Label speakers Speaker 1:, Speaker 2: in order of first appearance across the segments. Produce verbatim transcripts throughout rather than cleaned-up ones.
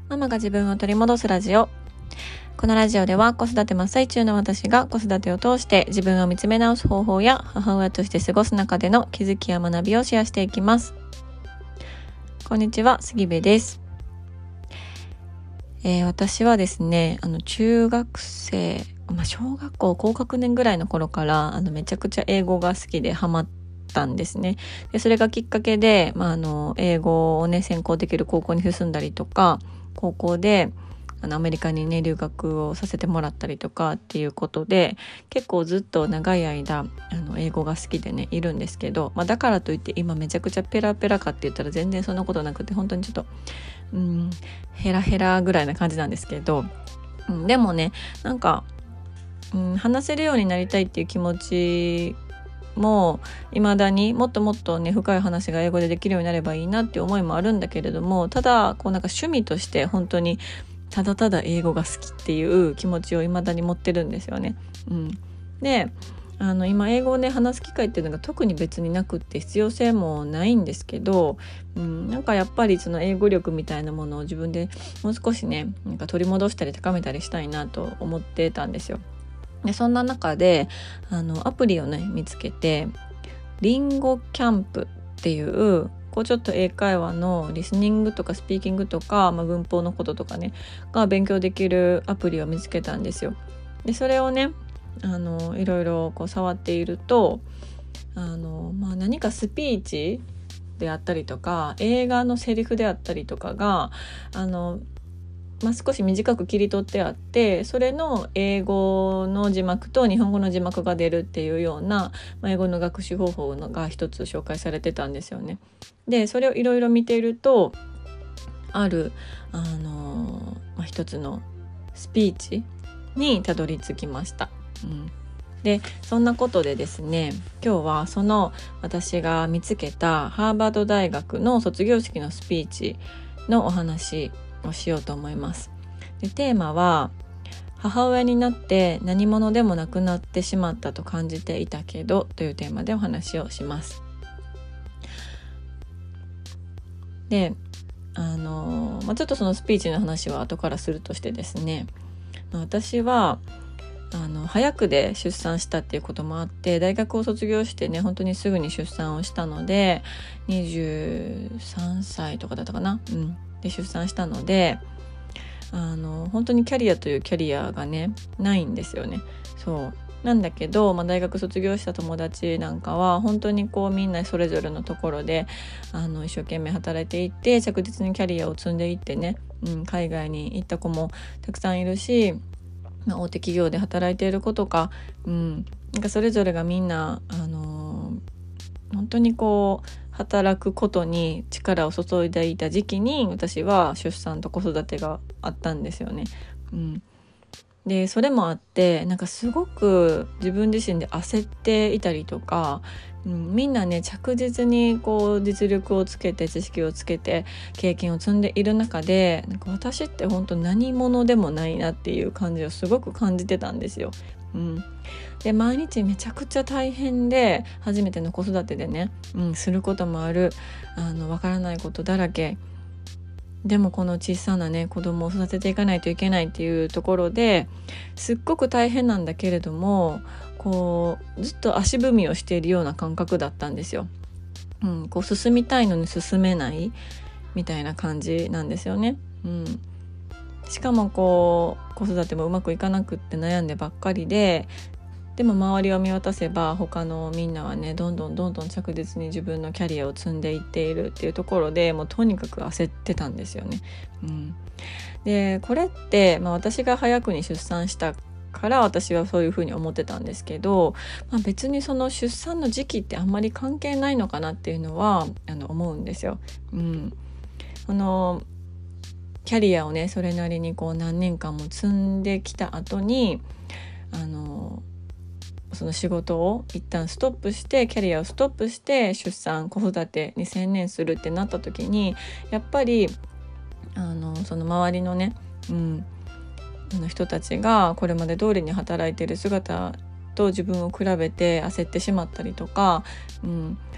Speaker 1: ママが自分を取り戻すラジオ。このラジオでは子育て真っ最中の私が子育てを通して自分を見つめ直す方法や母親として過ごす中での気づきや学びをシェアしていきます。こんにちは、杉部です。えー、私はですね、あの中学生、まあ、小学校高学年ぐらいの頃からあのめちゃくちゃ英語が好きでハマったんですね。でそれがきっかけで、まあ、あの英語をね専攻できる高校に進んだりとか、高校であのアメリカにね留学をさせてもらったりとかっていうことで、結構ずっと長い間あの英語が好きでねいるんですけど、まあ、だからといって今めちゃくちゃペラペラかって言ったら全然そんなことなくて、本当にちょっとうんヘラヘラぐらいな感じなんですけど、うん、でもねなんか、うん、話せるようになりたいっていう気持ちも未だにもっともっとね深い話が英語でできるようになればいいなっていう思いもあるんだけれども、ただこうなんか趣味として本当にただただ英語が好きっていう気持ちを未だに持ってるんですよね。うん、であの今英語をね話す機会っていうのが特に別になくって必要性もないんですけど、うん、なんかやっぱりその英語力みたいなものを自分でもう少しねなんか取り戻したり高めたりしたいなと思ってたんですよ。でそんな中であのアプリをね見つけて、リンゴキャンプっていうこうちょっと英会話のリスニングとかスピーキングとか、まあ、文法のこととかねが勉強できるアプリを見つけたんですよ。でそれをねあのいろいろこう触っているとあの、まあ、何かスピーチであったりとか映画のセリフであったりとかがあのまあ、少し短く切り取ってあって、それの英語の字幕と日本語の字幕が出るっていうような、まあ、英語の学習方法が一つ紹介されてたんですよね。でそれをいろいろ見ているとあるあの、まあ、一つのスピーチにたどり着きました。うんでそんなことでですね、今日はその私が見つけたハーバード大学の卒業式のスピーチのお話をしようと思います。でテーマは母親になって何者でもなくなってしまったと感じていたけどというテーマでお話をします。であの、まあ、ちょっとそのスピーチの話は後からするとしてですね、私はあの早くで出産したっていうこともあって、大学を卒業してね本当にすぐに出産をしたのでにじゅうさんさいとかだったかな、うん、で出産したのであの本当にキャリアというキャリアがねないんですよね。そうなんだけど、まあ、大学卒業した友達なんかは本当にこうみんなそれぞれのところであの一生懸命働いていって着実にキャリアを積んでいってね、うん、海外に行った子もたくさんいるし、まあ、大手企業で働いている子とか、うん、なんかそれぞれがみんな、あのー、本当にこう働くことに力を注いでいた時期に私は出産と子育てがあったんですよね。うん、でそれもあってなんかすごく自分自身で焦っていたりとか、うん、みんなね着実にこう実力をつけて知識をつけて経験を積んでいる中で、なんか私って本当何者でもないなっていう感じをすごく感じてたんですよ。うん、で毎日めちゃくちゃ大変で、初めての子育てでね、うん、することもある、あのわからないことだらけでもこの小さなね子供を育てていかないといけないっていうところですっごく大変なんだけれども、こうずっと足踏みをしているような感覚だったんですよ。うん、こう進みたいのに進めないみたいな感じなんですよね。うん、しかもこう子育てもうまくいかなくって悩んでばっかりで、でも周りを見渡せば他のみんなはねどんどんどんどん着実に自分のキャリアを積んでいっているっていうところで、もうとにかく焦ってたんですよね。うん、でこれって、まあ、私が早くに出産したから私はそういうふうに思ってたんですけど、まあ、別にその出産の時期ってあんまり関係ないのかなっていうのはあの思うんですよ。うん、あのキャリアをねそれなりにこう何年間も積んできた後にあのその仕事を一旦ストップしてキャリアをストップして出産子育てに専念するってなった時に、やっぱりあのその周りのね、うん、あの人たちがこれまで通りに働いている姿と自分を比べて焦ってしまったりとか、うん、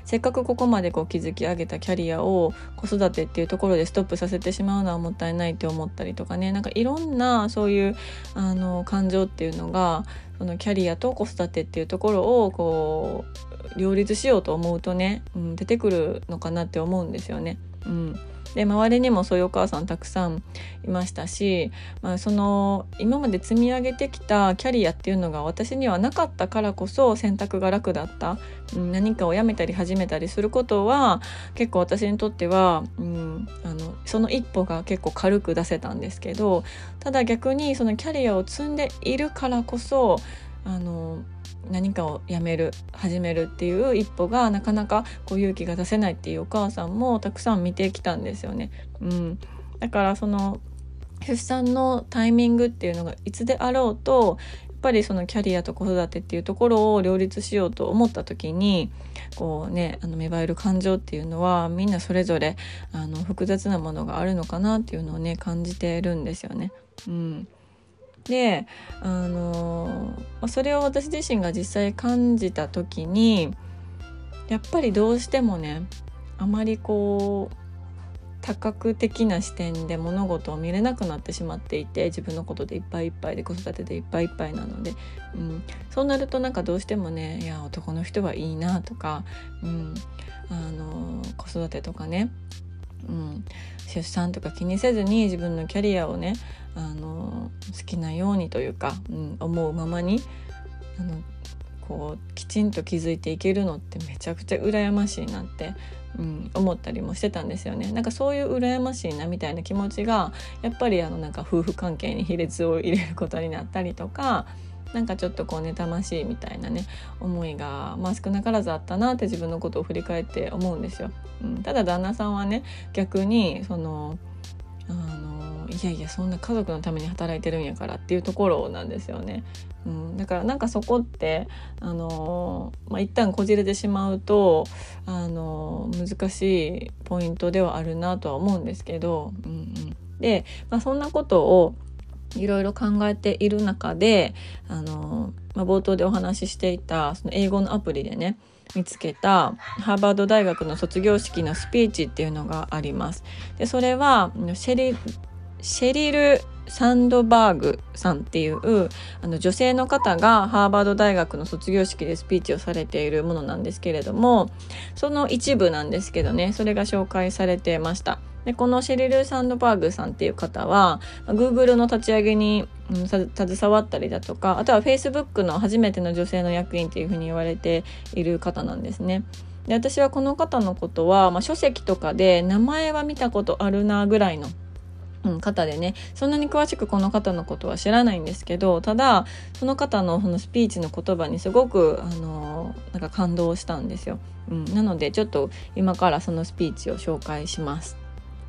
Speaker 1: せっかくここまでこう築き上げたキャリアを子育てっていうところでストップさせてしまうのはもったいないって思ったりとかね、なんかいろんなそういうあの感情っていうのがそのキャリアと子育てっていうところをこう両立しようと思うとね、うん、出てくるのかなって思うんですよね。うんで周りにもそういうお母さんたくさんいましたし、まあ、その今まで積み上げてきたキャリアっていうのが私にはなかったからこそ選択が楽だった、うん、何かをやめたり始めたりすることは結構私にとっては、うん、あのその一歩が結構軽く出せたんですけど、ただ逆にそのキャリアを積んでいるからこそあの何かをやめる始めるっていう一歩がなかなかこう勇気が出せないっていうお母さんもたくさん見てきたんですよね。うん、だからその出産のタイミングっていうのがいつであろうとやっぱりそのキャリアと子育てっていうところを両立しようと思った時にこうねあの芽生える感情っていうのはみんなそれぞれあの複雑なものがあるのかなっていうのをね感じてるんですよね。うんで、あのー、それを私自身が実際感じた時にやっぱりどうしてもねあまりこう多角的な視点で物事を見れなくなってしまっていて、自分のことでいっぱいいっぱいで子育てでいっぱいいっぱいなので、うん、そうなるとなんかどうしてもねいや男の人はいいなとか、うん、あのー、子育てとかねうん、出産とか気にせずに自分のキャリアをねあの好きなようにというか、うん、思うままにあのこうきちんと気づいていけるのってめちゃくちゃ羨ましいなって、うん、思ったりもしてたんですよね。なんかそういう羨ましいなみたいな気持ちがやっぱりあのなんか夫婦関係に亀裂を入れることになったりとか、なんかちょっとこう妬ましいみたいなね思いが、まあ、少なからずあったなって自分のことを振り返って思うんですよ。うん、ただ旦那さんはね逆にそのあのいやいやそんな家族のために働いてるんやからっていうところなんですよね。うん、だからなんかそこってあの、まあ、一旦こじれてしまうとあの難しいポイントではあるなとは思うんですけど、うんうん、で、まあ、そんなことをいろいろ考えている中であの、まあ、冒頭でお話ししていたその英語のアプリでね見つけたハーバード大学の卒業式のスピーチっていうのがあります。でそれはシェリ、シェリル・サンドバーグさんっていうあの女性の方がハーバード大学の卒業式でスピーチをされているものなんですけれども、その一部なんですけどねそれが紹介されてました。でこのシェリル・サンドバーグさんっていう方は Google の立ち上げに、うん、携わったりだとか、あとは Facebook の初めての女性の役員っていうふうに言われている方なんですね。で私はこの方のことは、まあ、書籍とかで名前は見たことあるなぐらいのうん、方でねそんなに詳しくこの方のことは知らないんですけど、ただその方のそのスピーチの言葉にすごくあのなんか感動したんですよ。うん、なのでちょっと今からそのスピーチを紹介します。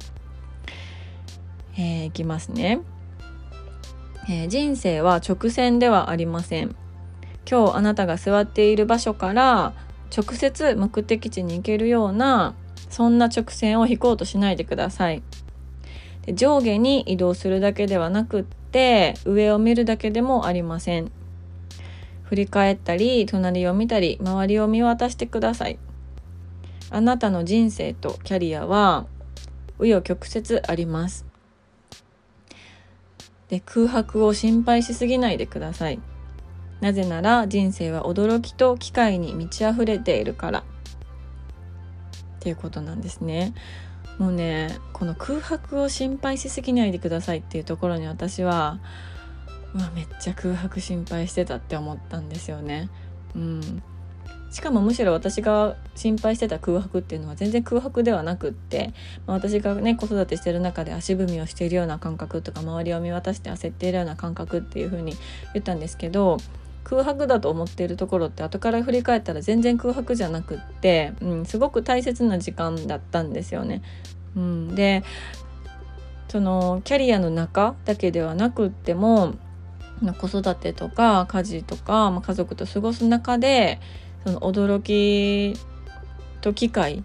Speaker 1: えー、いきますね、えー、人生は直線ではありません。今日あなたが座っている場所から直接目的地に行けるようなそんな直線を引こうとしないでください。で上下に移動するだけではなくって上を見るだけでもありません。振り返ったり隣を見たり周りを見渡してください。あなたの人生とキャリアは紆余曲折あります。で空白を心配しすぎないでください。なぜなら人生は驚きと機会に満ち溢れているからっていうことなんですね。もうねこの空白を心配しすぎないでくださいっていうところに私はうわめっちゃ空白心配してたって思ったんですよね。うん、しかもむしろ私が心配してた空白っていうのは全然空白ではなくって、まあ、私がね子育てしてる中で足踏みをしているような感覚とか周りを見渡して焦っているような感覚っていう風に言ったんですけど、空白だと思っているところって後から振り返ったら全然空白じゃなくって、うん、すごく大切な時間だったんですよね。うん、でそのキャリアの中だけではなくっても子育てとか家事とか、まあ、家族と過ごす中でその驚きと機会っ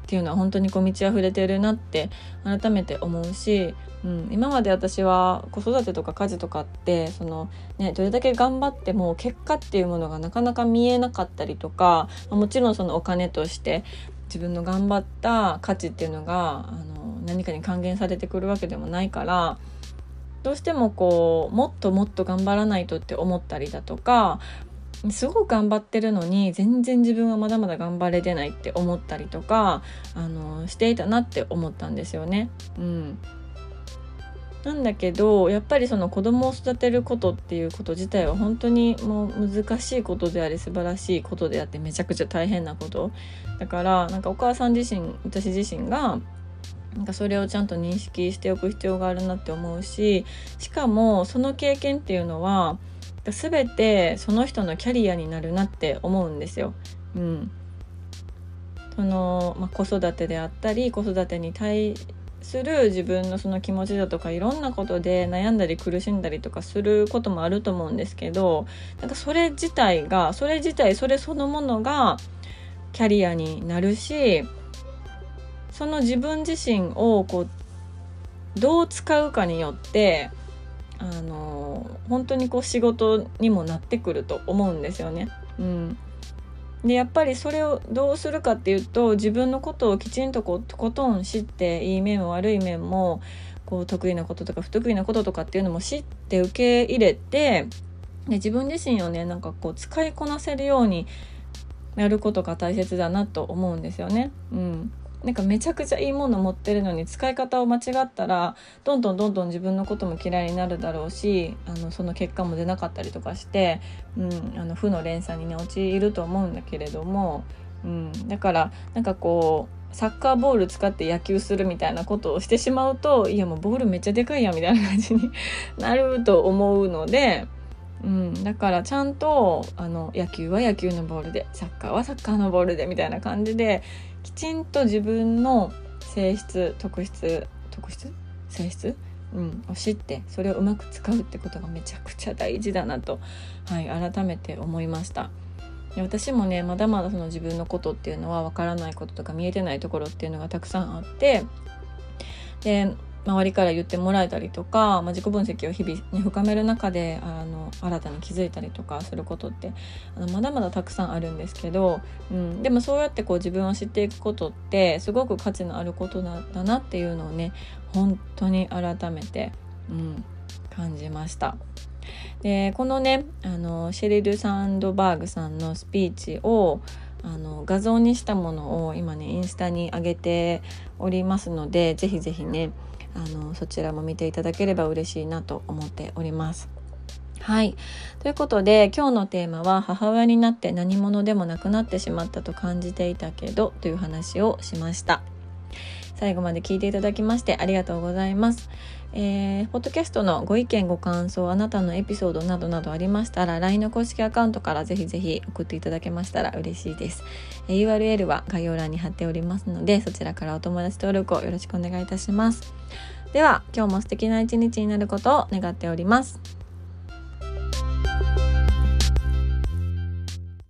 Speaker 1: っていうのは本当にこう満ち溢れてるなって改めて思うし、うん、今まで私は子育てとか家事とかってその、ね、どれだけ頑張っても結果っていうものがなかなか見えなかったりとか、もちろんそのお金として自分の頑張った価値っていうのがあの何かに還元されてくるわけでもないから、どうしてもこうもっともっと頑張らないとって思ったりだとか、すごく頑張ってるのに全然自分はまだまだ頑張れてないって思ったりとかあのしていたなって思ったんですよね。うん、なんだけどやっぱりその子供を育てることっていうこと自体は本当にもう難しいことであり素晴らしいことであってめちゃくちゃ大変なことだから、なんかお母さん自身私自身がなんかそれをちゃんと認識しておく必要があるなって思うし、しかもその経験っていうのは全てその人のキャリアになるなって思うんですよ。うん、その、まあ、子育てであったり子育てに対する自分のその気持ちだとかいろんなことで悩んだり苦しんだりとかすることもあると思うんですけど、なんかそれ自体がそれ自体それそのものがキャリアになるし、その自分自身をこうどう使うかによってあの本当にこう仕事にもなってくると思うんですよね。うん、でやっぱりそれをどうするかっていうと、自分のことをきちんとこうとことん知って、いい面も悪い面もこう得意なこととか不得意なこととかっていうのも知って受け入れて、で自分自身をねなんかこう使いこなせるようにやることが大切だなと思うんですよね。うん、なんかめちゃくちゃいいもの持ってるのに使い方を間違ったらどんどんどんどん自分のことも嫌いになるだろうし、あのその結果も出なかったりとかして、うん、あの負の連鎖にね陥ると思うんだけれども、うん、だからなんかこうサッカーボール使って野球するみたいなことをしてしまうと、いやもうボールめっちゃでかいやんみたいな感じになると思うので、うん、だからちゃんとあの野球は野球のボールで、サッカーはサッカーのボールでみたいな感じできちんと自分の性質特質特質性質、うん、を知ってそれをうまく使うってことがめちゃくちゃ大事だなと、はい、改めて思いました。で私もねまだまだその自分のことっていうのは分からないこととか見えてないところっていうのがたくさんあって、で周りから言ってもらえたりとか、まあ、自己分析を日々、ね、深める中であの新たに気づいたりとかすることってあのまだまだたくさんあるんですけど、うん、でもそうやってこう自分を知っていくことってすごく価値のあることだなっていうのをね本当に改めて、うん、感じました。でこのねあのシェリル・サンドバーグさんのスピーチをあの画像にしたものを今ねインスタに上げておりますので、ぜひぜひねあのそちらも見ていただければ嬉しいなと思っております。はい、ということで今日のテーマは母親になって何者でもなくなってしまったと感じていたけどという話をしました。最後まで聞いていただきましてありがとうございます。えー、ポッドキャストのご意見ご感想、あなたのエピソードなどなどありましたら ライン の公式アカウントからぜひぜひ送っていただけましたら嬉しいです。えー、ユーアールエル は概要欄に貼っておりますのでそちらからお友達登録をよろしくお願いいたします。では今日も素敵な一日になることを願っております。